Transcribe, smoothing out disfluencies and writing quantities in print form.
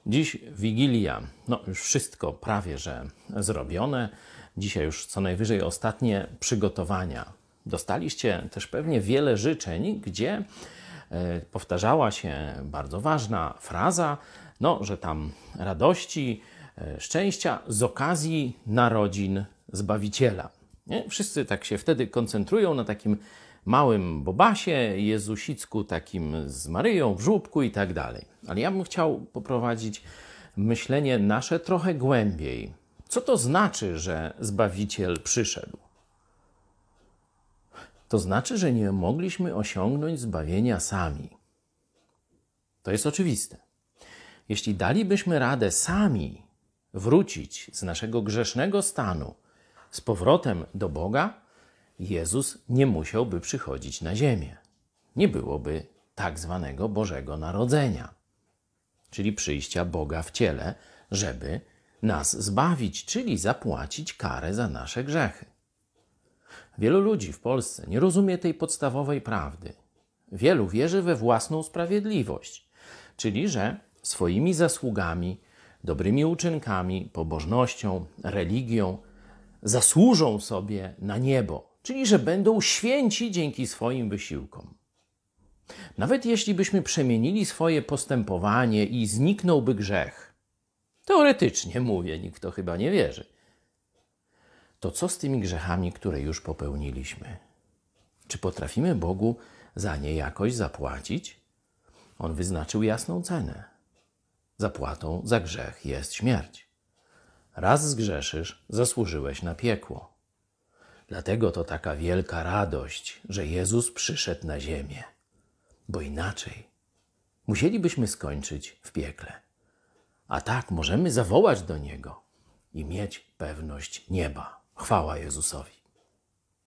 Dziś Wigilia. No już wszystko prawie że zrobione. Dzisiaj już co najwyżej ostatnie przygotowania. Dostaliście też pewnie wiele życzeń, gdzie powtarzała się bardzo ważna fraza, że tam radości, szczęścia z okazji narodzin Zbawiciela. Nie? Wszyscy tak się wtedy koncentrują na takim małym bobasie, jezusicku takim z Maryją w żłóbku i tak dalej. Ale ja bym chciał poprowadzić myślenie nasze trochę głębiej. Co to znaczy, że Zbawiciel przyszedł? To znaczy, że nie mogliśmy osiągnąć zbawienia sami. To jest oczywiste. Jeśli dalibyśmy radę sami wrócić z naszego grzesznego stanu z powrotem do Boga, Jezus nie musiałby przychodzić na ziemię. Nie byłoby tak zwanego Bożego Narodzenia, czyli przyjścia Boga w ciele, żeby nas zbawić, czyli zapłacić karę za nasze grzechy. Wielu ludzi w Polsce nie rozumie tej podstawowej prawdy. Wielu wierzy we własną sprawiedliwość, czyli że swoimi zasługami, dobrymi uczynkami, pobożnością, religią zasłużą sobie na niebo, czyli że będą święci dzięki swoim wysiłkom. Nawet jeśli byśmy przemienili swoje postępowanie i zniknąłby grzech, teoretycznie mówię, nikt w to chyba nie wierzy, to co z tymi grzechami, które już popełniliśmy? Czy potrafimy Bogu za nie jakoś zapłacić? On wyznaczył jasną cenę. Zapłatą za grzech jest śmierć. Raz zgrzeszysz, zasłużyłeś na piekło. Dlatego to taka wielka radość, że Jezus przyszedł na ziemię. Bo inaczej musielibyśmy skończyć w piekle. A tak możemy zawołać do Niego i mieć pewność nieba. Chwała Jezusowi.